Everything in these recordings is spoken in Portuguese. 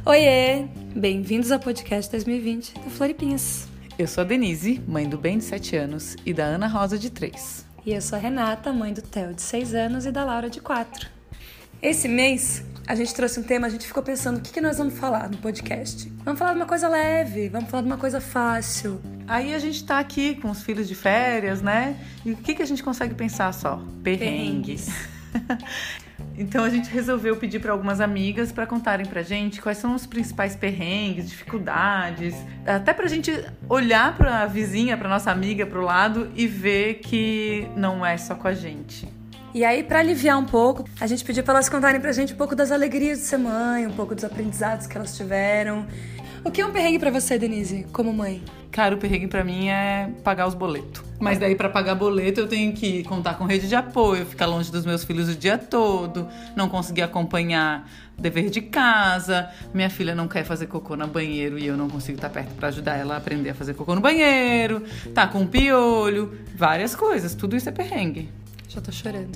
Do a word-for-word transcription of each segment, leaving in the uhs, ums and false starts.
Oiê! Bem-vindos ao podcast dois mil e vinte do Floripinhas. Eu sou a Denise, mãe do Ben de sete anos e da Ana Rosa de três. E eu sou a Renata, mãe do Theo de seis anos e da Laura de quatro. Esse mês a gente trouxe um tema, a gente ficou pensando o que, que nós vamos falar no podcast. Vamos falar de uma coisa leve, vamos falar de uma coisa fácil. Aí a gente tá aqui com os filhos de férias, né? E o que, que a gente consegue pensar só? Perrengues. Então a gente resolveu pedir para algumas amigas para contarem pra gente quais são os principais perrengues, dificuldades, até pra gente olhar pra vizinha, pra nossa amiga, pro lado e ver que não é só com a gente. E aí, pra aliviar um pouco, a gente pediu pra elas contarem pra gente um pouco das alegrias de ser mãe, um pouco dos aprendizados que elas tiveram. O que é um perrengue pra você, Denise, como mãe? Cara, o perrengue pra mim é pagar os boletos. Mas daí pra pagar boleto eu tenho que contar com rede de apoio, ficar longe dos meus filhos o dia todo, não conseguir acompanhar dever de casa, minha filha não quer fazer cocô no banheiro e eu não consigo estar perto pra ajudar ela a aprender a fazer cocô no banheiro, tá com piolho, várias coisas, tudo isso é perrengue. Já tô chorando.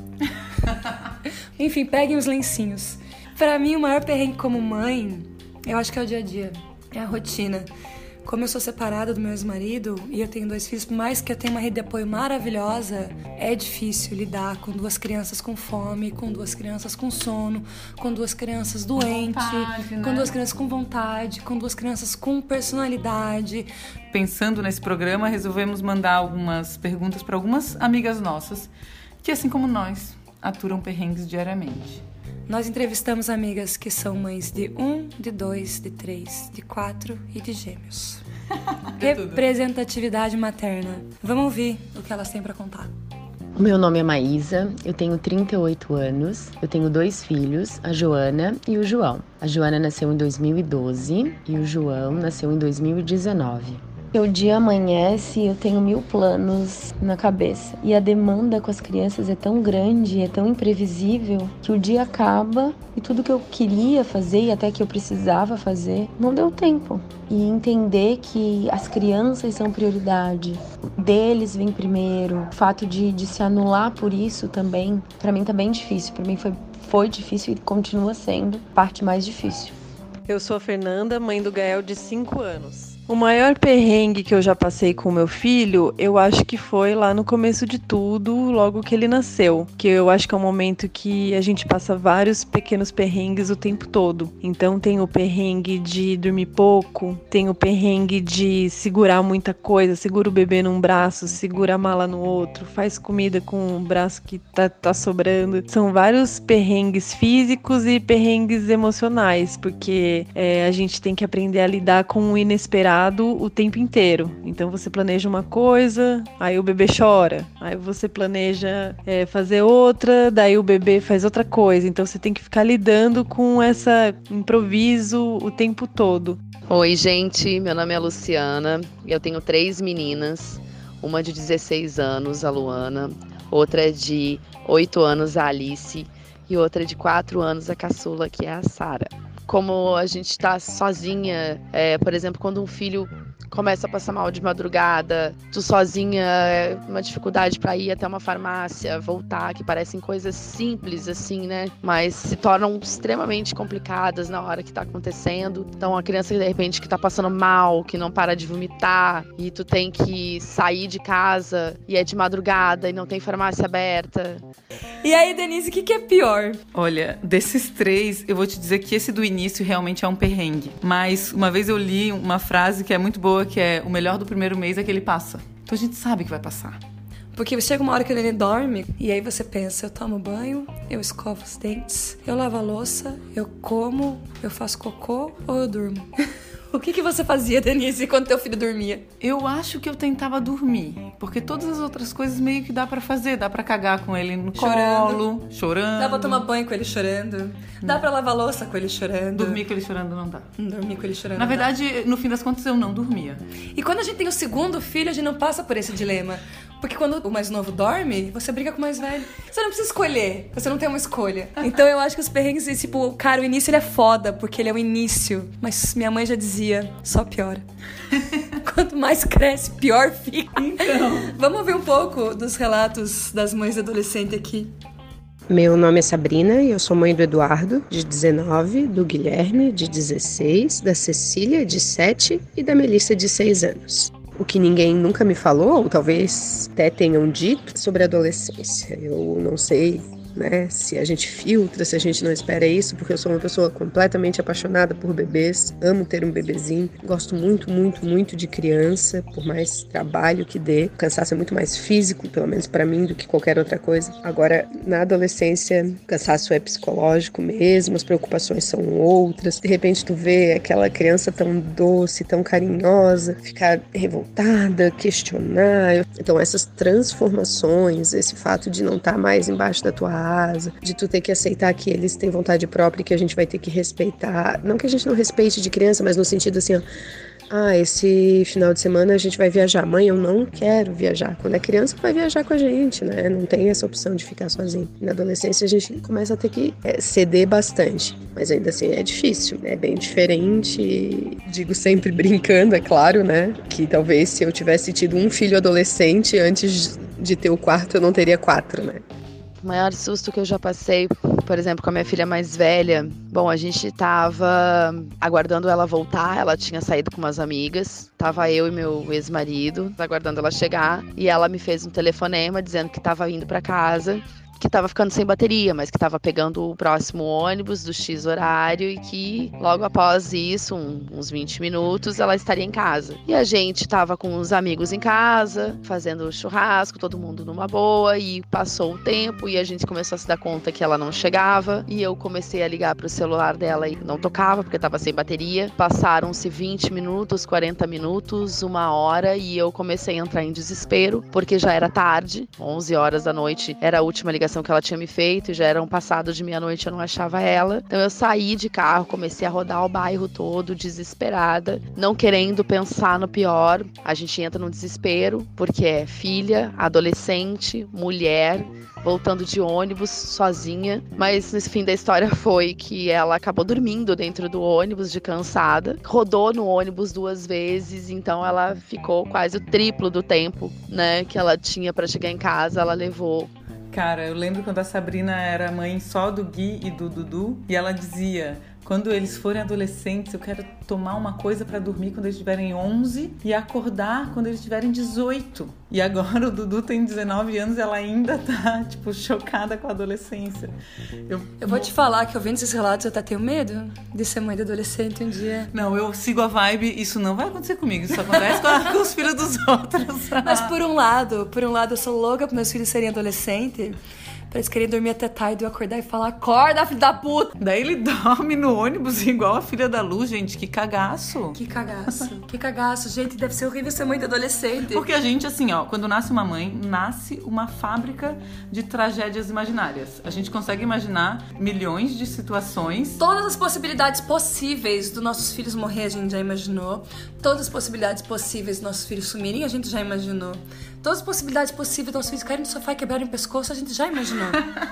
Enfim, peguem os lencinhos. Pra mim, o maior perrengue como mãe, eu acho que é o dia a dia, é a rotina. Como eu sou separada do meu ex-marido e eu tenho dois filhos, por mais que eu tenha uma rede de apoio maravilhosa, é difícil lidar com duas crianças com fome, com duas crianças com sono, com duas crianças doentes, vontade, né? com duas crianças com vontade, com duas crianças com personalidade. Pensando nesse programa, resolvemos mandar algumas perguntas para algumas amigas nossas, que assim como nós, aturam perrengues diariamente. Nós entrevistamos amigas que são mães de um, de dois, de três, de quatro e de gêmeos. Representatividade materna. Vamos ouvir o que elas têm para contar. O meu nome é Maísa, eu tenho trinta e oito anos, eu tenho dois filhos, a Joana e o João. A Joana nasceu em dois mil e doze e o João nasceu em dois mil e dezenove. O dia amanhece e eu tenho mil planos na cabeça. E a demanda com as crianças é tão grande, é tão imprevisível, que o dia acaba e tudo que eu queria fazer e até que eu precisava fazer, não deu tempo. E entender que as crianças são prioridade, deles vem primeiro, o fato de, de se anular por isso também, pra mim tá bem difícil. Pra mim foi, foi difícil e continua sendo a parte mais difícil. Eu sou a Fernanda, mãe do Gael de cinco anos. O maior perrengue que eu já passei com o meu filho, eu acho que foi lá no começo de tudo, logo que ele nasceu. Que eu acho que é um momento que a gente passa vários pequenos perrengues o tempo todo. Então tem o perrengue de dormir pouco, tem o perrengue de segurar muita coisa, segura o bebê num braço, segura a mala no outro, faz comida com o braço que tá, tá sobrando. São vários perrengues físicos e perrengues emocionais, porque é, a gente tem que aprender a lidar com o inesperado o tempo inteiro. Então você planeja uma coisa, aí o bebê chora, aí você planeja é, fazer outra, daí o bebê faz outra coisa. Então você tem que ficar lidando com esse improviso o tempo todo. Oi gente, meu nome é Luciana, eu tenho três meninas, uma de dezesseis anos, a Luana, outra de oito anos, a Alice, e outra de quatro anos, a caçula, que é a Sara. Como a gente tá sozinha, é, por exemplo, quando um filho começa a passar mal de madrugada, tu sozinha, é uma dificuldade para ir até uma farmácia, voltar, que parecem coisas simples assim, né? Mas se tornam extremamente complicadas na hora que tá acontecendo. Então a criança, de repente, que tá passando mal, que não para de vomitar, e tu tem que sair de casa, e é de madrugada, e não tem farmácia aberta. E aí, Denise, o que, que é pior? Olha, desses três, eu vou te dizer que esse do início realmente é um perrengue. Mas uma vez eu li uma frase que é muito boa, que é: o melhor do primeiro mês é que ele passa. Então a gente sabe que vai passar. Porque chega uma hora que ele dorme e aí você pensa, eu tomo banho, eu escovo os dentes, eu lavo a louça, eu como, eu faço cocô ou eu durmo? O que, que você fazia, Denise, quando teu filho dormia? Eu acho que eu tentava dormir, porque todas as outras coisas meio que dá pra fazer. Dá pra cagar com ele no Chorando. colo, chorando. Dá pra tomar banho com ele chorando. Dá pra lavar louça com ele chorando. Dormir com ele chorando não dá. Dormir com ele chorando. Na verdade, no fim das contas, eu não dormia. E quando a gente tem o segundo filho, a gente não passa por esse dilema. Porque quando o mais novo dorme, você briga com o mais velho. Você não precisa escolher. Você não tem uma escolha. Então eu acho que os perrengues, tipo, cara, o início ele é foda, porque ele é o início. Mas minha mãe já dizia, só piora. Quanto mais cresce, pior fica. Então. Vamos ver um pouco dos relatos das mães adolescentes aqui. Meu nome é Sabrina e eu sou mãe do Eduardo, de dezenove, do Guilherme, de dezesseis, da Cecília, de sete e da Melissa, de seis anos. O que ninguém nunca me falou, ou talvez até tenham dito, sobre a adolescência. Eu não sei, né, se a gente filtra, se a gente não espera isso, porque eu sou uma pessoa completamente apaixonada por bebês, amo ter um bebezinho, gosto muito, muito, muito de criança, por mais trabalho que dê. O cansaço é muito mais físico, pelo menos pra mim, do que qualquer outra coisa. Agora, na adolescência, o cansaço é psicológico mesmo, as preocupações são outras. De repente tu vê aquela criança tão doce, tão carinhosa, ficar revoltada, questionar. Então essas transformações, esse fato de não estar mais embaixo da tua asa, de tu ter que aceitar que eles têm vontade própria e que a gente vai ter que respeitar. Não que a gente não respeite de criança, mas no sentido assim, ó, ah, esse final de semana a gente vai viajar. Mãe, eu não quero viajar. Quando é criança, vai viajar com a gente, né? Não tem essa opção de ficar sozinho. Na adolescência, a gente começa a ter que é, ceder bastante. Mas ainda assim, é difícil. É bem diferente. Digo sempre brincando, é claro, né? Que talvez se eu tivesse tido um filho adolescente antes de ter o quarto, eu não teria quatro, né? O maior susto que eu já passei, por exemplo, com a minha filha mais velha, bom, a gente tava aguardando ela voltar, ela tinha saído com umas amigas, tava eu e meu ex-marido aguardando ela chegar, e ela me fez um telefonema dizendo que tava indo pra casa, que tava ficando sem bateria, mas que tava pegando o próximo ônibus do X horário e que logo após isso, um, uns vinte minutos, ela estaria em casa. E a gente tava com os amigos em casa, fazendo churrasco, todo mundo numa boa, e passou o tempo e a gente começou a se dar conta que ela não chegava, e eu comecei a ligar pro celular dela e não tocava porque tava sem bateria. Passaram-se vinte minutos, quarenta minutos, uma hora, e eu comecei a entrar em desespero, porque já era tarde, onze horas da noite, era a última ligação que ela tinha me feito, e já eram passados de meia-noite, eu não achava ela. Então eu saí de carro, comecei a rodar o bairro todo, desesperada, não querendo pensar no pior. A gente entra no desespero, porque é filha, adolescente, mulher, voltando de ônibus sozinha, mas nesse fim da história foi que ela acabou dormindo dentro do ônibus de cansada, rodou no ônibus duas vezes, então ela ficou quase o triplo do tempo, né, que ela tinha para chegar em casa, ela levou. Cara, eu lembro quando a Sabrina era mãe só do Gui e do Dudu, e ela dizia: quando eles forem adolescentes, eu quero tomar uma coisa pra dormir quando eles tiverem onze e acordar quando eles tiverem dezoito. E agora o Dudu tem dezenove anos e ela ainda tá, tipo, chocada com a adolescência. Eu, eu vou te falar que ouvindo esses relatos eu até tenho medo de ser mãe de adolescente um dia. Não, eu sigo a vibe, isso não vai acontecer comigo, isso acontece com, a, com os filhos dos outros. Mas por um lado, por um lado eu sou louca para meus filhos serem adolescentes, pra eles querem dormir até tarde e eu acordar e falar: acorda, filho da puta! Daí ele dorme no ônibus igual a filha da Lu, gente, que cagaço. Que cagaço, que cagaço. Gente, deve ser horrível ser mãe de adolescente. Porque a gente, assim, ó, quando nasce uma mãe, nasce uma fábrica de tragédias imaginárias. A gente consegue imaginar milhões de situações. Todas as possibilidades possíveis dos nossos filhos morrer, a gente já imaginou. Todas as possibilidades possíveis dos nossos filhos sumirem, a gente já imaginou. Todas as possibilidades possíveis dos nossos filhos caírem no sofá e quebrarem o pescoço, a gente já imaginou.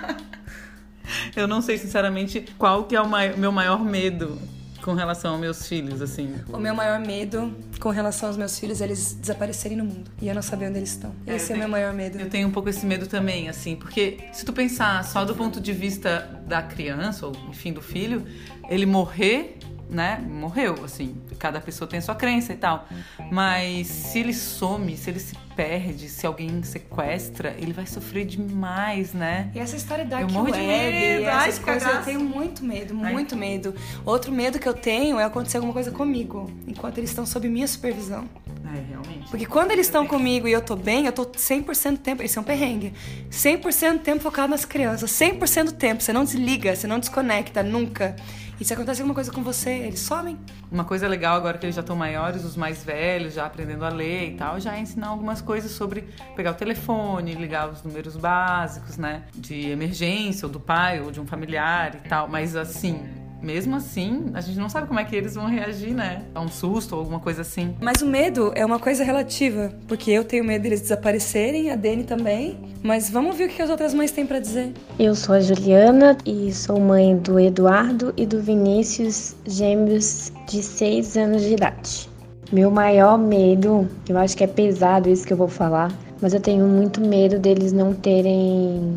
Eu não sei, sinceramente, qual que é o mai- meu maior medo com relação aos meus filhos, assim. O meu maior medo com relação aos meus filhos é eles desaparecerem no mundo e eu não saber onde eles estão. É, Esse é tenho, o meu maior medo. Eu tenho um pouco esse medo também, assim, porque se tu pensar só do ponto de vista da criança, ou enfim, do filho, ele morrer, né, morreu, assim, cada pessoa tem a sua crença e tal, mas se ele some, se ele se perde, se alguém sequestra, ele vai sofrer demais, né? E essa história da eu Dark morro Web, de medo. Ai, essas coisas, cagaço. eu tenho muito medo, muito Ai. medo. Outro medo que eu tenho é acontecer alguma coisa comigo, enquanto eles estão sob minha supervisão. É, realmente. Porque quando eles estão comigo e eu tô bem, eu tô cem por cento do tempo, eles são perrengue, cem por cento do tempo focado nas crianças, cem por cento do tempo, você não desliga, você não desconecta, nunca. E se acontece alguma coisa com você, eles somem. Uma coisa legal agora que eles já estão maiores, os mais velhos, já aprendendo a ler e tal, já é ensinar algumas coisas sobre pegar o telefone, ligar os números básicos, né, de emergência, ou do pai, ou de um familiar e tal, mas assim, mesmo assim, a gente não sabe como é que eles vão reagir, né, a um susto ou alguma coisa assim. Mas o medo é uma coisa relativa, porque eu tenho medo deles desaparecerem, a Dani também, mas vamos ver o que as outras mães têm pra dizer. Eu sou a Juliana e sou mãe do Eduardo e do Vinícius, gêmeos de seis anos de idade. Meu maior medo, eu acho que é pesado isso que eu vou falar, mas eu tenho muito medo deles não terem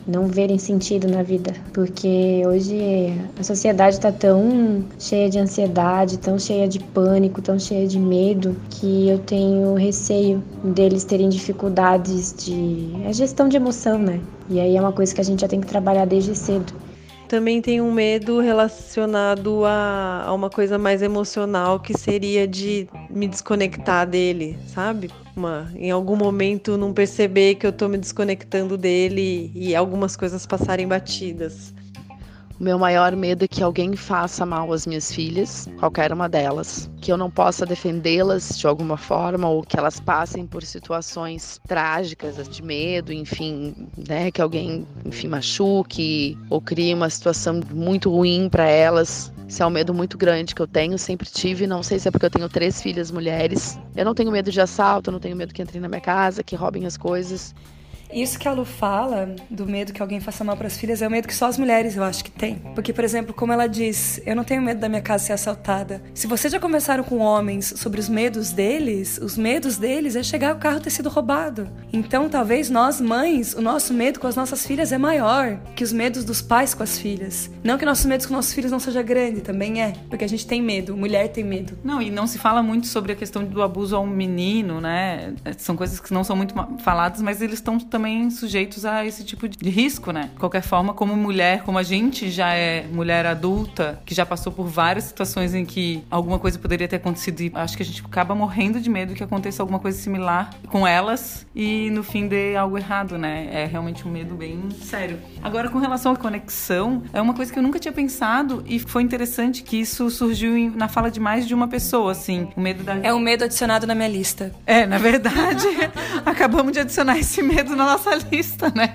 não verem sentido na vida, porque hoje a sociedade está tão cheia de ansiedade, tão cheia de pânico, tão cheia de medo, que eu tenho receio deles terem dificuldades de a gestão de emoção, né? E aí é uma coisa que a gente já tem que trabalhar desde cedo. Também tenho um medo relacionado a, a uma coisa mais emocional, que seria de me desconectar dele, sabe? Uma, em algum momento não perceber que eu tô me desconectando dele e algumas coisas passarem batidas. O meu maior medo é que alguém faça mal às minhas filhas, qualquer uma delas, que eu não possa defendê-las de alguma forma, ou que elas passem por situações trágicas, de medo, enfim, né, que alguém, enfim, machuque ou crie uma situação muito ruim para elas. Esse é um medo muito grande que eu tenho, sempre tive, não sei se é porque eu tenho três filhas mulheres. Eu não tenho medo de assalto, eu não tenho medo que entrem na minha casa, que roubem as coisas. Isso que a Lu fala, do medo que alguém faça mal para as filhas, é o medo que só as mulheres, eu acho que tem. Porque, por exemplo, como ela diz, eu não tenho medo da minha casa ser assaltada. Se vocês já conversaram com homens sobre os medos deles, os medos deles é chegar o carro ter sido roubado. Então, talvez nós, mães, o nosso medo com as nossas filhas é maior que os medos dos pais com as filhas. Não que nossos medos com nossos filhos não seja grande, também é. Porque a gente tem medo, mulher tem medo. Não, e não se fala muito sobre a questão do abuso ao menino, né? São coisas que não são muito faladas, mas eles estão também também sujeitos a esse tipo de risco, né? De qualquer forma, como mulher, como a gente já é mulher adulta, que já passou por várias situações em que alguma coisa poderia ter acontecido, e acho que a gente acaba morrendo de medo que aconteça alguma coisa similar com elas e no fim dê algo errado, né? É realmente um medo bem sério. Agora, com relação à conexão, é uma coisa que eu nunca tinha pensado e foi interessante que isso surgiu em, na fala de mais de uma pessoa, assim. O medo da... É um medo adicionado na minha lista. É, na verdade, acabamos de adicionar esse medo na nossa lista, né?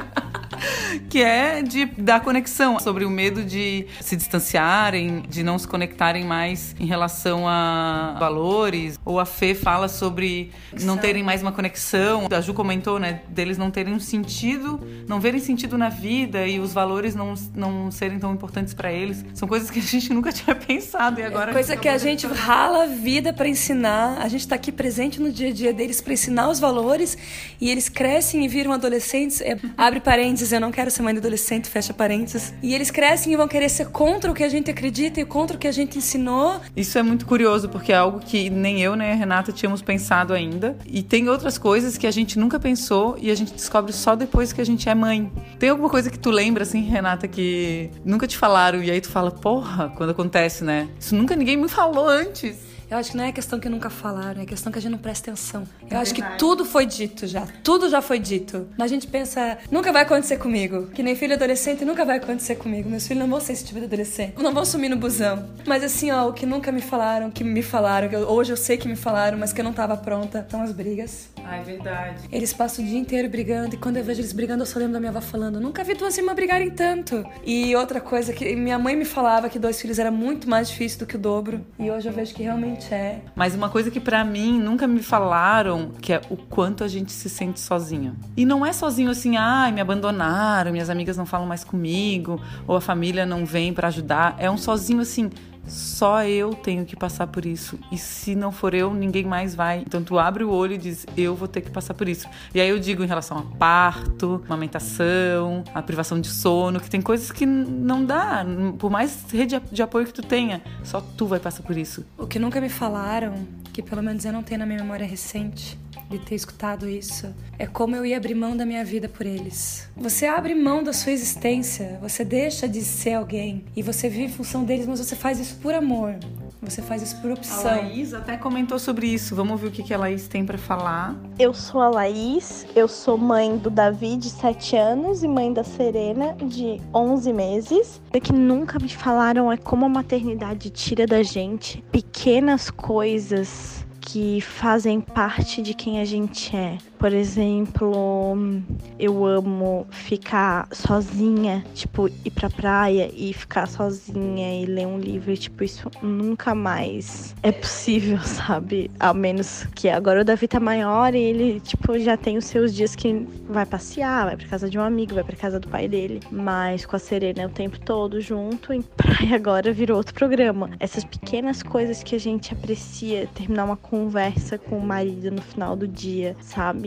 Que é de, da conexão, sobre o medo de se distanciarem, de não se conectarem mais em relação a valores. Ou a Fê fala sobre não terem mais uma conexão. A Ju comentou, né, deles não terem um sentido, não verem sentido na vida e os valores não, não serem tão importantes pra eles. São coisas que a gente nunca tinha pensado e agora... É coisa que a gente rala a vida pra ensinar. A gente tá aqui presente no dia a dia deles pra ensinar os valores e eles crescem e viram adolescentes. É, abre parênteses, eu não quero ser mãe de adolescente, fecha parênteses. E eles crescem e vão querer ser contra o que a gente acredita e contra o que a gente ensinou. Isso é muito curioso, porque é algo que nem eu nem a Renata tínhamos pensado ainda. E tem outras coisas que a gente nunca pensou e a gente descobre só depois que a gente é mãe. Tem alguma coisa que tu lembra, assim, Renata, que nunca te falaram e aí tu fala, porra, quando acontece, né? Isso nunca ninguém me falou antes. Eu acho que não é questão que nunca falaram, é questão que a gente não presta atenção. Eu é acho verdade. Que tudo foi dito já. Tudo já foi dito. A gente pensa, nunca vai acontecer comigo. Que nem filho adolescente, nunca vai acontecer comigo. Meus filhos não vão ser esse tipo de adolescente. Não vão sumir no busão. Mas assim, ó, o que nunca me falaram, que me falaram, que eu, hoje eu sei que me falaram, mas que eu não tava pronta, são as brigas. Ah, é verdade. Eles passam o dia inteiro brigando e quando eu vejo eles brigando, eu só lembro da minha avó falando, nunca vi duas irmãs brigarem tanto. E outra coisa, que minha mãe me falava que dois filhos era muito mais difícil do que o dobro. E hoje eu vejo que realmente é. Mas uma coisa que pra mim nunca me falaram, que é o quanto a gente se sente sozinho. E não é sozinho assim, ai, me abandonaram, minhas amigas não falam mais comigo, ou a família não vem pra ajudar. É um sozinho assim, só eu tenho que passar por isso. E se não for eu, ninguém mais vai. Então tu abre o olho e diz, eu vou ter que passar por isso. E aí eu digo em relação a parto, amamentação, a privação de sono, que tem coisas que não dá. Por mais rede de apoio que tu tenha, só tu vai passar por isso. O que nunca me falaram, que pelo menos eu não tenho na minha memória recente, de ter escutado isso, é como eu ia abrir mão da minha vida por eles. Você abre mão da sua existência, você deixa de ser alguém e você vive em função deles, mas você faz isso por amor. Você faz isso por opção. A Laís até comentou sobre isso. Vamos ver o que, que a Laís tem pra falar. Eu sou a Laís, eu sou mãe do Davi, de sete anos, e mãe da Serena, de onze meses. O que nunca me falaram é como a maternidade tira da gente pequenas coisas que fazem parte de quem a gente é. Por exemplo, eu amo ficar sozinha, tipo, ir pra praia e ficar sozinha e ler um livro, tipo, isso nunca mais é possível, sabe? Ao menos que agora o Davi tá maior e ele, tipo, já tem os seus dias que vai passear, vai pra casa de um amigo, vai pra casa do pai dele. Mas com a Serena o tempo todo junto, em praia agora virou outro programa. Essas pequenas coisas que a gente aprecia, terminar uma conversa com o marido no final do dia, sabe?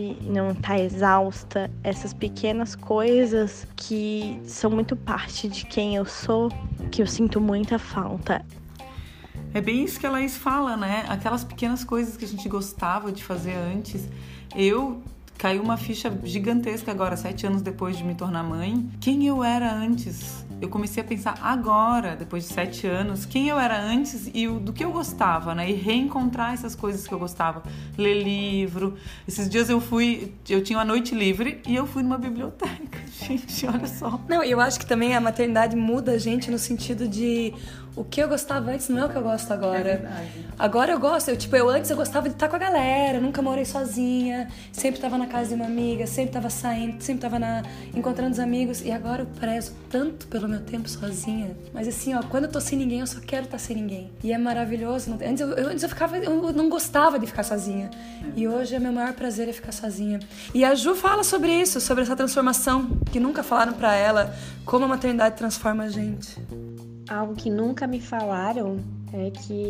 de não estar exausta, essas pequenas coisas que são muito parte de quem eu sou, que eu sinto muita falta. É bem isso que a Laís fala, né? Aquelas pequenas coisas que a gente gostava de fazer antes. Eu... Caiu uma ficha gigantesca agora, sete anos depois de me tornar mãe. Quem eu era antes? Eu comecei a pensar agora, depois de sete anos, quem eu era antes e o, do que eu gostava, né? E reencontrar essas coisas que eu gostava. Ler livro. Esses dias eu fui, eu tinha uma noite livre e eu fui numa biblioteca. Gente, olha só. Não, eu acho que também a maternidade muda a gente no sentido de o que eu gostava antes não é o que eu gosto agora. É verdade. Agora eu gosto, eu, tipo, eu antes eu gostava de estar com a galera, nunca morei sozinha, sempre tava na casa de uma amiga, sempre tava saindo, sempre tava na, encontrando os amigos, e agora eu prezo tanto pelo meu tempo sozinha. Mas assim, ó, quando eu tô sem ninguém, eu só quero estar sem ninguém. E é maravilhoso. Não, antes, eu, eu, antes eu ficava, eu não gostava de ficar sozinha. E hoje é meu maior prazer é ficar sozinha. E a Ju fala sobre isso, sobre essa transformação, que nunca falaram pra ela, como a maternidade transforma a gente. Algo que nunca me falaram é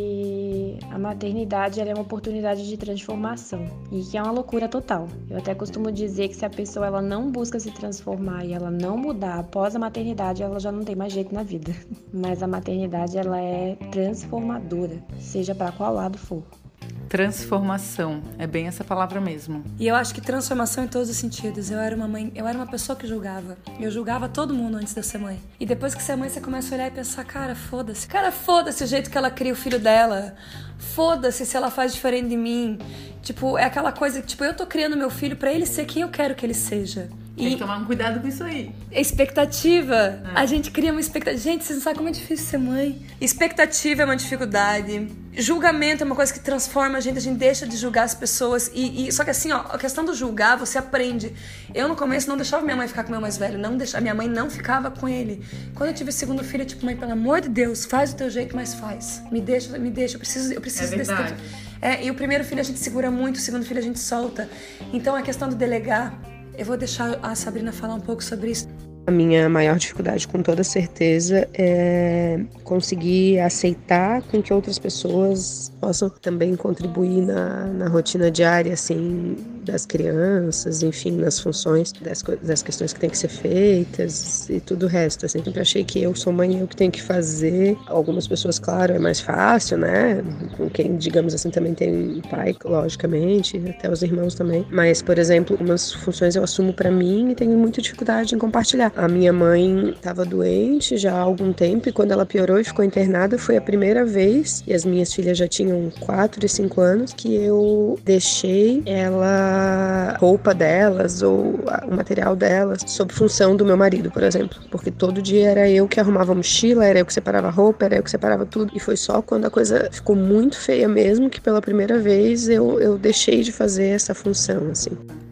que a maternidade ela é uma oportunidade de transformação e que é uma loucura total. Eu até costumo dizer que se a pessoa ela não busca se transformar e ela não mudar após a maternidade, ela já não tem mais jeito na vida. Mas a maternidade ela é transformadora, seja para qual lado for. Transformação, é bem essa palavra mesmo. E eu acho que transformação em todos os sentidos. Eu era uma mãe, eu era uma pessoa que julgava. Eu julgava todo mundo antes de eu ser mãe. E depois que você é mãe, você começa a olhar e pensar, cara, foda-se. Cara, foda-se o jeito que ela cria o filho dela. Foda-se se ela faz diferente de mim. Tipo, é aquela coisa que, tipo, eu tô criando meu filho pra ele ser quem eu quero que ele seja. Tem E que tomar um cuidado com isso aí. expectativa. É. A gente cria uma expectativa. Gente, vocês não sabem como é difícil ser mãe. Expectativa é uma dificuldade. Julgamento é uma coisa que transforma a gente. A gente deixa de julgar as pessoas. E, e, só que assim, ó, a questão do julgar, você aprende. Eu no começo não deixava minha mãe ficar com meu mais velho. Não deixava, minha mãe não ficava com ele. Quando eu tive o segundo filho, eu tipo, mãe, pelo amor de Deus, faz o teu jeito, mas faz. Me deixa, me deixa. Eu preciso, eu preciso é desse tempo. É, e o primeiro filho a gente segura muito, o segundo filho a gente solta. Então a questão do delegar. Eu vou deixar a Sabrina falar um pouco sobre isso. A minha maior dificuldade, com toda certeza, é conseguir aceitar com que outras pessoas possam também contribuir na, na rotina diária, assim, das crianças, enfim, nas funções das, das questões que têm que ser feitas e tudo o resto. Assim, sempre achei que eu sou mãe, eu que tenho que fazer. Algumas pessoas, claro, é mais fácil, né? Com quem, digamos assim, também tem pai, logicamente, até os irmãos também. Mas, por exemplo, algumas funções eu assumo pra mim e tenho muita dificuldade em compartilhar. A minha mãe estava doente já há algum tempo e quando ela piorou e ficou internada foi a primeira vez, e as minhas filhas já tinham quatro e cinco anos, que eu deixei ela, a roupa delas ou o material delas sob função do meu marido, por exemplo. Porque todo dia era eu que arrumava a mochila, era eu que separava a roupa, era eu que separava tudo. E foi só quando a coisa ficou muito feia mesmo que pela primeira vez eu, eu deixei de fazer essa função, assim.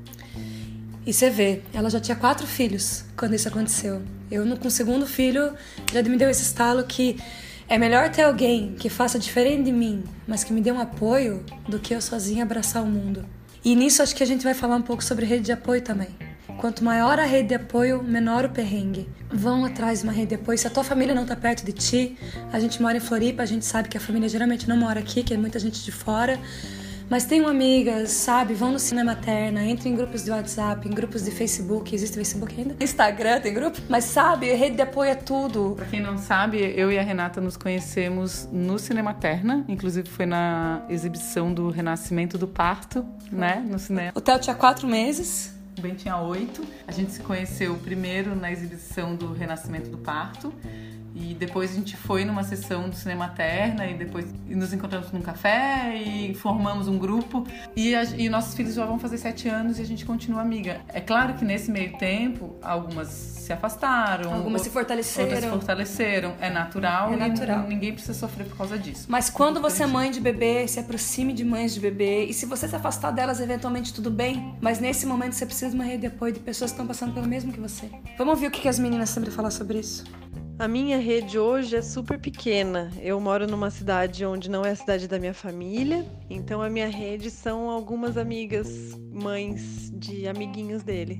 E você vê, ela já tinha quatro filhos quando isso aconteceu. Eu, com o segundo filho, já me deu esse estalo que é melhor ter alguém que faça diferente de mim, mas que me dê um apoio, do que eu sozinha abraçar o mundo. E nisso acho que a gente vai falar um pouco sobre rede de apoio também. Quanto maior a rede de apoio, menor o perrengue. Vão atrás de uma rede de apoio. Se a tua família não tá perto de ti, a gente mora em Floripa, a gente sabe que a família geralmente não mora aqui, que é muita gente de fora. Mas tenham amigas, sabe? Vão no Cinematerna, entrem em grupos de WhatsApp, em grupos de Facebook. Existe Facebook ainda? Instagram tem grupo? Mas sabe, rede de apoio é tudo. Pra quem não sabe, eu e a Renata nos conhecemos no Cinematerna. Inclusive foi na exibição do Renascimento do Parto, né? No cinema. O Theo tinha quatro meses. O Ben tinha oito. A gente se conheceu primeiro na exibição do Renascimento do Parto. E depois a gente foi numa sessão do Cinematerna e depois nos encontramos num café e formamos um grupo. E, a, e nossos filhos já vão fazer sete anos e a gente continua amiga. É claro que nesse meio tempo, algumas se afastaram. Algumas se fortaleceram. Outras se fortaleceram. É natural, é natural. E ninguém precisa sofrer por causa disso. Mas quando você é mãe de bebê, se aproxime de mães de bebê. E se você se afastar delas, eventualmente tudo bem. Mas nesse momento você precisa de uma rede de apoio de pessoas que estão passando pelo mesmo que você. Vamos ouvir o que as meninas sempre falam sobre isso. A minha rede hoje é super pequena. Eu moro numa cidade onde não é a cidade da minha família, então a minha rede são algumas amigas, mães de amiguinhos dele. A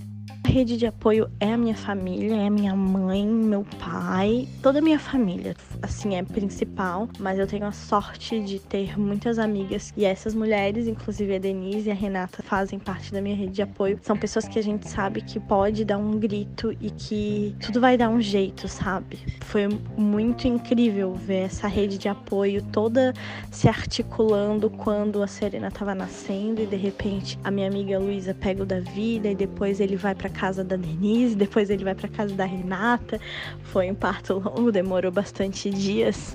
rede de apoio é a minha família, é a minha mãe, meu pai, toda a minha família, assim, é principal, mas eu tenho a sorte de ter muitas amigas e essas mulheres, inclusive a Denise e a Renata, fazem parte da minha rede de apoio. São pessoas que a gente sabe que pode dar um grito e que tudo vai dar um jeito, sabe? Foi muito incrível ver essa rede de apoio toda se articulando quando a Serena estava nascendo e de repente a minha amiga Luísa pega o Davi, e depois ele vai para casa da Denise, depois ele vai para casa da Renata. Foi um parto longo, demorou bastante dias.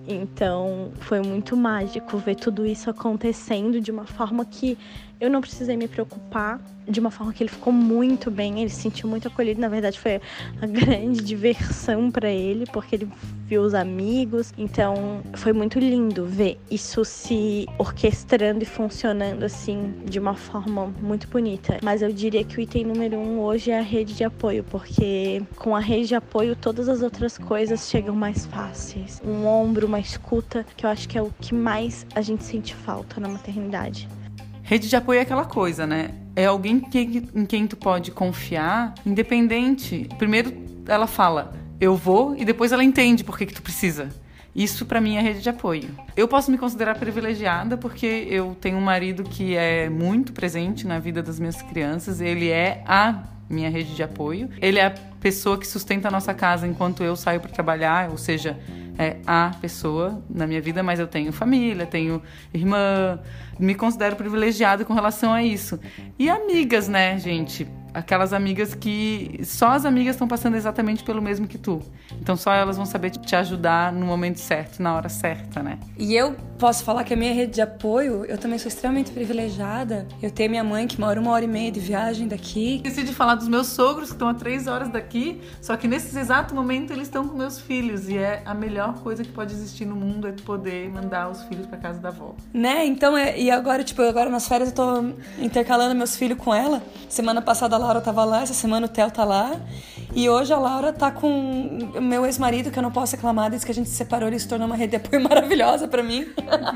Então foi muito mágico ver tudo isso acontecendo de uma forma que eu não precisei me preocupar, de uma forma que ele ficou muito bem, ele se sentiu muito acolhido. Na verdade foi uma grande diversão para ele, porque ele viu os amigos. Então foi muito lindo ver isso se orquestrando e funcionando assim de uma forma muito bonita. Mas eu diria que o item número um hoje é a rede de apoio, porque com a rede de apoio todas as outras coisas chegam mais fáceis. Um ombro, uma escuta, que eu acho que é o que mais a gente sente falta na maternidade. Rede de apoio é aquela coisa, né? É alguém que, em quem tu pode confiar, independente. Primeiro ela fala, eu vou, e depois ela entende por que que tu precisa. Isso pra mim é rede de apoio. Eu posso me considerar privilegiada porque eu tenho um marido que é muito presente na vida das minhas crianças. Ele é a minha rede de apoio. Ele é a pessoa que sustenta a nossa casa enquanto eu saio para trabalhar, ou seja, é a pessoa na minha vida, mas eu tenho família, tenho irmã, me considero privilegiada com relação a isso. E amigas, né, gente? Aquelas amigas que só as amigas estão passando exatamente pelo mesmo que tu. Então só elas vão saber te ajudar no momento certo, na hora certa, né? E eu posso falar que a minha rede de apoio, eu também sou extremamente privilegiada. Eu tenho minha mãe que mora uma hora e meia de viagem daqui. Esqueci de falar dos meus sogros que estão a três horas daqui, só que nesse exato momento eles estão com meus filhos. E é a melhor coisa que pode existir no mundo, é tu poder mandar os filhos pra casa da avó. Né? Então, é, e agora, tipo, agora nas férias eu tô intercalando meus filhos com ela. Semana passada a Laura tava lá, essa semana o Theo tá lá. E hoje a Laura tá com o meu ex-marido, que eu não posso reclamar, desde que a gente se separou, ele se tornou uma rede de apoio maravilhosa pra mim.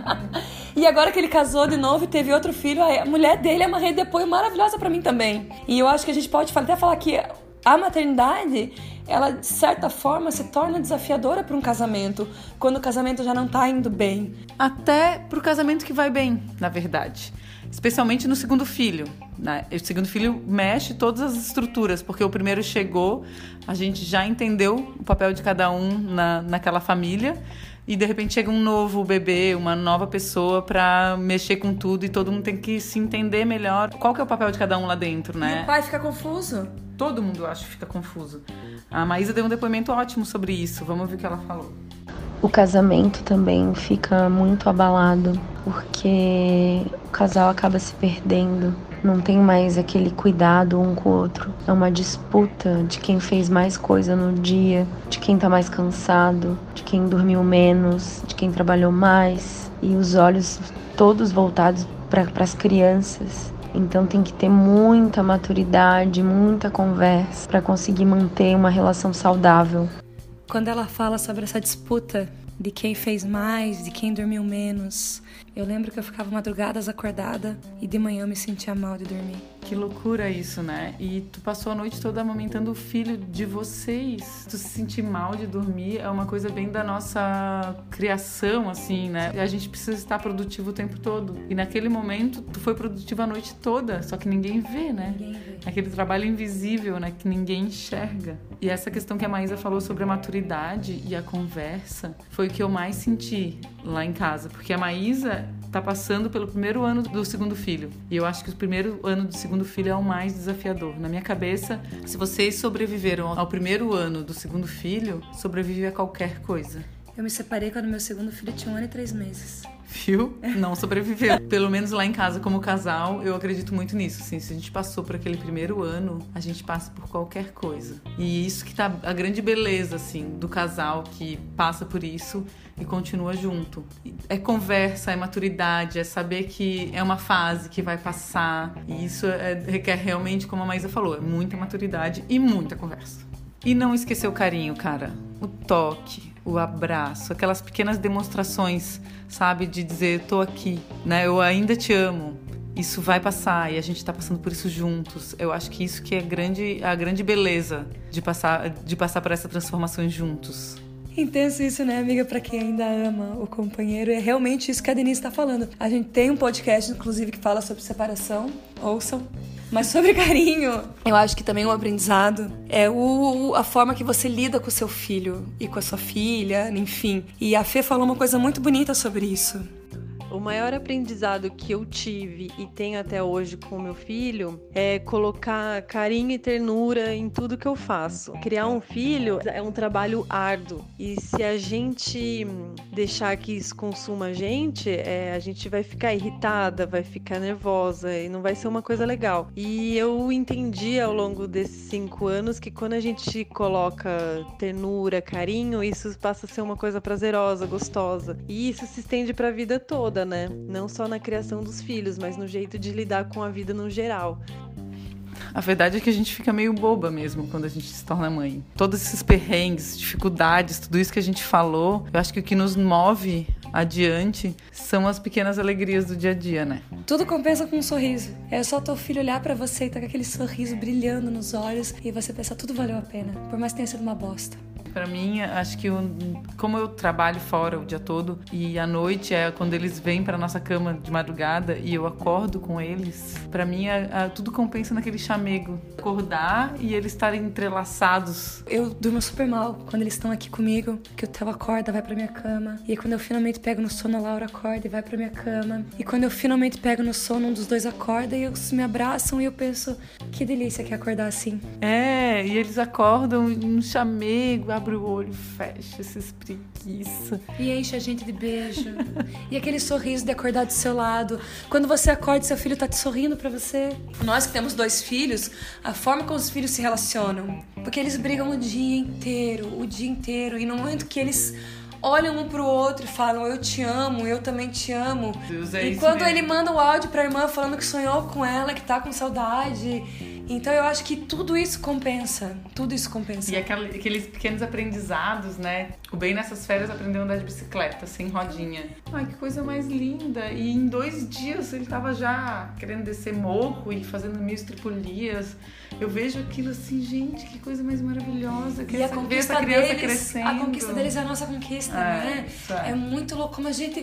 E agora que ele casou de novo e teve outro filho, a mulher dele é uma rede de apoio maravilhosa pra mim também. E eu acho que a gente pode até falar que a maternidade, ela de certa forma se torna desafiadora para um casamento, quando o casamento já não tá indo bem. Até pro casamento que vai bem, na verdade. Especialmente no segundo filho, né? O segundo filho mexe todas as estruturas, porque o primeiro chegou, a gente já entendeu o papel de cada um na, naquela família, e de repente chega um novo bebê, uma nova pessoa para mexer com tudo, e todo mundo tem que se entender melhor qual que é o papel de cada um lá dentro, né? E o pai fica confuso. Todo mundo, eu acho, fica confuso. A Maísa deu um depoimento ótimo sobre isso, vamos ver o que ela falou. O casamento também fica muito abalado, porque o casal acaba se perdendo. Não tem mais aquele cuidado um com o outro. É uma disputa de quem fez mais coisa no dia, de quem tá mais cansado, de quem dormiu menos, de quem trabalhou mais. E os olhos todos voltados para as crianças. Então tem que ter muita maturidade, muita conversa para conseguir manter uma relação saudável. Quando ela fala sobre essa disputa de quem fez mais, de quem dormiu menos, eu lembro que eu ficava madrugadas acordada e de manhã eu me sentia mal de dormir. Que loucura isso, né? E tu passou a noite toda amamentando o filho de vocês. Tu se sentir mal de dormir é uma coisa bem da nossa criação, assim, né? A gente precisa estar produtivo o tempo todo. E naquele momento, tu foi produtivo a noite toda, só que ninguém vê, né? Ninguém vê. Aquele trabalho invisível, né? Que ninguém enxerga. E essa questão que a Maísa falou sobre a maturidade e a conversa foi o que eu mais senti lá em casa. Porque a Maísa tá passando pelo primeiro ano do segundo filho. E eu acho que o primeiro ano do segundo filho é o mais desafiador. Na minha cabeça, se vocês sobreviveram ao primeiro ano do segundo filho, sobrevive a qualquer coisa. Eu me separei quando meu segundo filho tinha um ano e três meses. Viu? Não sobreviveu. Pelo menos lá em casa, como casal, eu acredito muito nisso. Assim, se a gente passou por aquele primeiro ano, a gente passa por qualquer coisa. E isso que tá a grande beleza, assim, do casal que passa por isso e continua junto. É conversa, é maturidade, é saber que é uma fase que vai passar. E isso é, requer realmente, como a Maísa falou, é muita maturidade e muita conversa. E não esquecer o carinho, cara. O toque, o abraço, aquelas pequenas demonstrações, sabe? De dizer, tô aqui, né? Eu ainda te amo. isso vai passar e a gente tá passando por isso juntos. Eu acho que isso que é grande, a grande beleza de passar, de passar por essas transformações juntos. Intenso isso, né, amiga? Pra quem ainda ama o companheiro, é realmente isso que a Denise tá falando. A gente tem um podcast, inclusive, que fala sobre separação. Ouçam. Mas sobre carinho, eu acho que também um aprendizado é o, a forma que você lida com o seu filho e com a sua filha, enfim. E a Fê falou uma coisa muito bonita sobre isso. O maior aprendizado que eu tive e tenho até hoje com o meu filho é colocar carinho e ternura em tudo que eu faço. Criar um filho é um trabalho árduo e se a gente deixar que isso consuma a gente, é, a gente vai ficar irritada, vai ficar nervosa e não vai ser uma coisa legal. E eu entendi ao longo desses cinco anos que quando a gente coloca ternura, carinho, isso passa a ser uma coisa prazerosa, gostosa. E isso se estende para a vida toda, né? Não só na criação dos filhos, mas no jeito de lidar com a vida no geral. A verdade é que a gente fica meio boba mesmo quando a gente se torna mãe. Todos esses perrengues, dificuldades, tudo isso que a gente falou, eu acho que o que nos move adiante são as pequenas alegrias do dia a dia, né? Tudo compensa com um sorriso. É só teu filho olhar pra você e tá com aquele sorriso brilhando nos olhos e você pensar, tudo valeu a pena, por mais que tenha sido uma bosta. Pra mim, acho que eu, como eu trabalho fora o dia todo e à noite é quando eles vêm pra nossa cama de madrugada e eu acordo com eles, pra mim é, é, tudo compensa naquele chamego. Acordar e eles estarem entrelaçados. Eu durmo super mal quando eles estão aqui comigo, que o Theo acorda, vai pra minha cama. E quando eu finalmente pego no sono, a Laura acorda e vai pra minha cama. E quando eu finalmente pego no sono, um dos dois acorda e eles me abraçam e eu penso, que delícia que é acordar assim. É, e eles acordam um chamego, abre o olho, fecha, se espreguiça. E enche a gente de beijo. E aquele sorriso de acordar do seu lado. Quando você acorda, seu filho tá te sorrindo pra você. Nós que temos dois filhos, a forma como os filhos se relacionam. Porque eles brigam o dia inteiro, o dia inteiro. E no momento que eles olham um pro outro e falam, eu te amo, eu também te amo. Deus, é e isso quando mesmo. ele manda o áudio pra irmã falando que sonhou com ela, que tá com saudade. Então eu acho que tudo isso compensa. Tudo isso compensa. E aquele, aqueles pequenos aprendizados, né? O Ben nessas férias aprendeu a andar de bicicleta, sem rodinha. Ai, que coisa mais linda. E em dois dias ele tava já querendo descer morro e fazendo mil estripulias. Eu vejo aquilo assim, gente, que coisa mais maravilhosa. Que e essa, a conquista essa criança deles, crescendo. a conquista deles é a nossa conquista, é, né? É. é muito louco como a gente...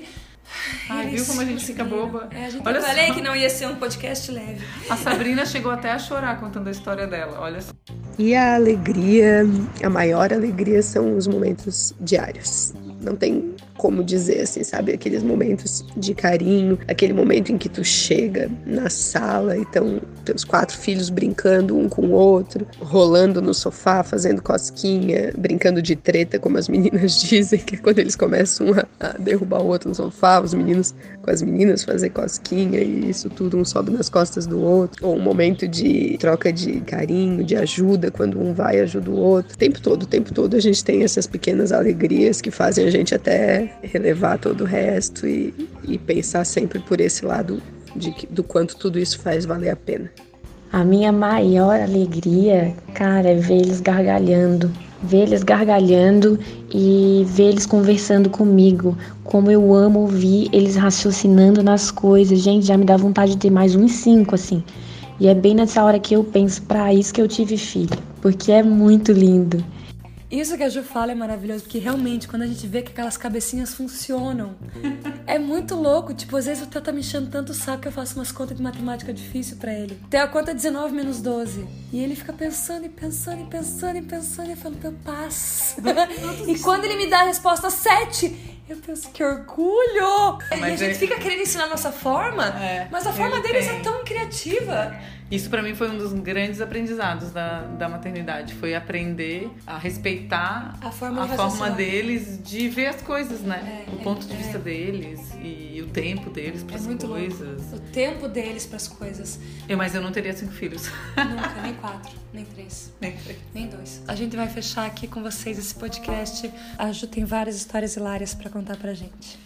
Ai, viu como a gente fica boba? É, a gente Olha eu falei só. que não ia ser um podcast leve. A Sabrina chegou até a chorar contando a história dela, olha só. E a alegria, a maior alegria são os momentos diários. Não tem como dizer assim, sabe? Aqueles momentos de carinho, aquele momento em que tu chega na sala e estão teus quatro filhos brincando um com o outro, rolando no sofá, fazendo cosquinha, brincando de treta, como as meninas dizem, que é quando eles começam a, a derrubar o outro no sofá, os meninos com as meninas fazer cosquinha e isso tudo, um sobe nas costas do outro, ou um momento de troca de carinho, de ajuda, quando um vai e ajuda o outro. O tempo todo, o tempo todo a gente tem essas pequenas alegrias que fazem a gente até relevar todo o resto e, e pensar sempre por esse lado de que, do quanto tudo isso faz valer a pena. A minha maior alegria, cara, é ver eles gargalhando. Ver eles gargalhando e ver eles conversando comigo. Como eu amo ouvir eles raciocinando nas coisas. Gente, já me dá vontade de ter mais uns cinco, assim. E é bem nessa hora que eu penso, pra isso que eu tive filho. Porque é muito lindo. Isso que a Ju fala é maravilhoso, porque realmente, quando a gente vê que aquelas cabecinhas funcionam, é muito louco. Tipo, às vezes o Theo tá me enchendo tanto o saco que eu faço umas contas de matemática difícil pra ele. Theo, a conta é dezenove menos doze. E ele fica pensando e pensando e pensando e pensando. E eu falo, Theo, paz. E quando ele me dá a resposta sete, eu penso, que orgulho! Mas e a gente ele... fica querendo ensinar a nossa forma, é, mas a forma deles tem. É tão criativa. Isso pra mim foi um dos grandes aprendizados da, da maternidade. Foi aprender a respeitar a forma, a forma deles de ver as coisas, né? É, o ponto é, de vista é. deles e o tempo deles para as é muito coisas. Louco. O tempo deles para as coisas. Eu, mas eu não teria cinco filhos. Nunca, nem quatro, nem três. Nem três. Nem dois. A gente vai fechar aqui com vocês esse podcast. A Ju tem várias histórias hilárias para contar pra gente.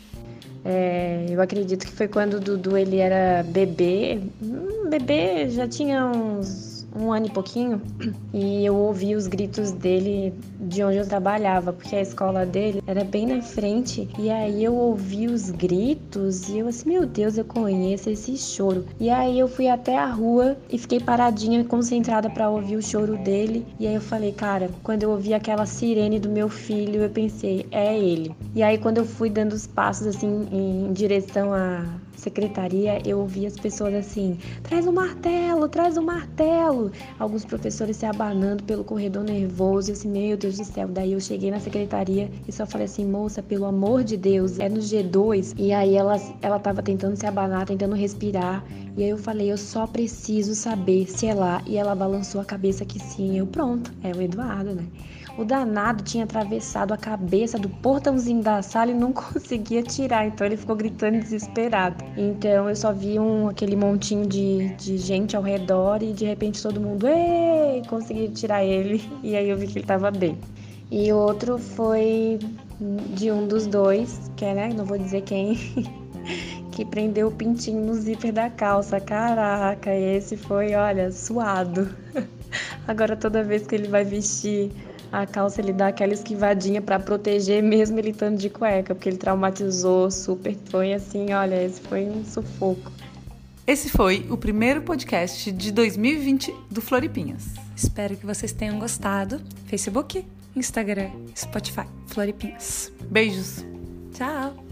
É, eu acredito que foi quando o Dudu ele era bebê. Hum, bebê já tinha uns, um ano e pouquinho, e eu ouvi os gritos dele de onde eu trabalhava, porque a escola dele era bem na frente, e aí eu ouvi os gritos e eu assim, meu Deus, eu conheço esse choro. E aí eu fui até a rua e fiquei paradinha, concentrada para ouvir o choro dele, e aí eu falei, cara, quando eu ouvi aquela sirene do meu filho, eu pensei, é ele. E aí quando eu fui dando os passos assim em direção à secretaria, eu ouvi as pessoas assim, traz o martelo, traz o martelo. Alguns professores se abanando pelo corredor nervoso, e assim, meu Deus do céu. Daí eu cheguei na secretaria e só falei assim, moça, pelo amor de Deus, é no G dois. E aí ela, ela tava tentando se abanar, tentando respirar. E aí eu falei, eu só preciso saber se é lá. E ela balançou a cabeça que sim. Eu, pronto, é o Eduardo, né? O danado tinha atravessado a cabeça do portãozinho da sala e não conseguia tirar, então ele ficou gritando desesperado. Então eu só vi um, aquele montinho de, de gente ao redor e de repente todo mundo, ei, consegui tirar ele, e aí eu vi que ele tava bem. E outro foi de um dos dois, que é, né, não vou dizer quem, que prendeu o pintinho no zíper da calça. Caraca, esse foi, olha, suado. Agora toda vez que ele vai vestir a calça, ele dá aquela esquivadinha pra proteger mesmo ele estando de cueca, porque ele traumatizou super, foi assim, olha, esse foi um sufoco. Esse foi o primeiro podcast de dois mil e vinte do Floripinhas. Espero que vocês tenham gostado. Facebook, Instagram, Spotify, Floripinhas. Beijos. Tchau.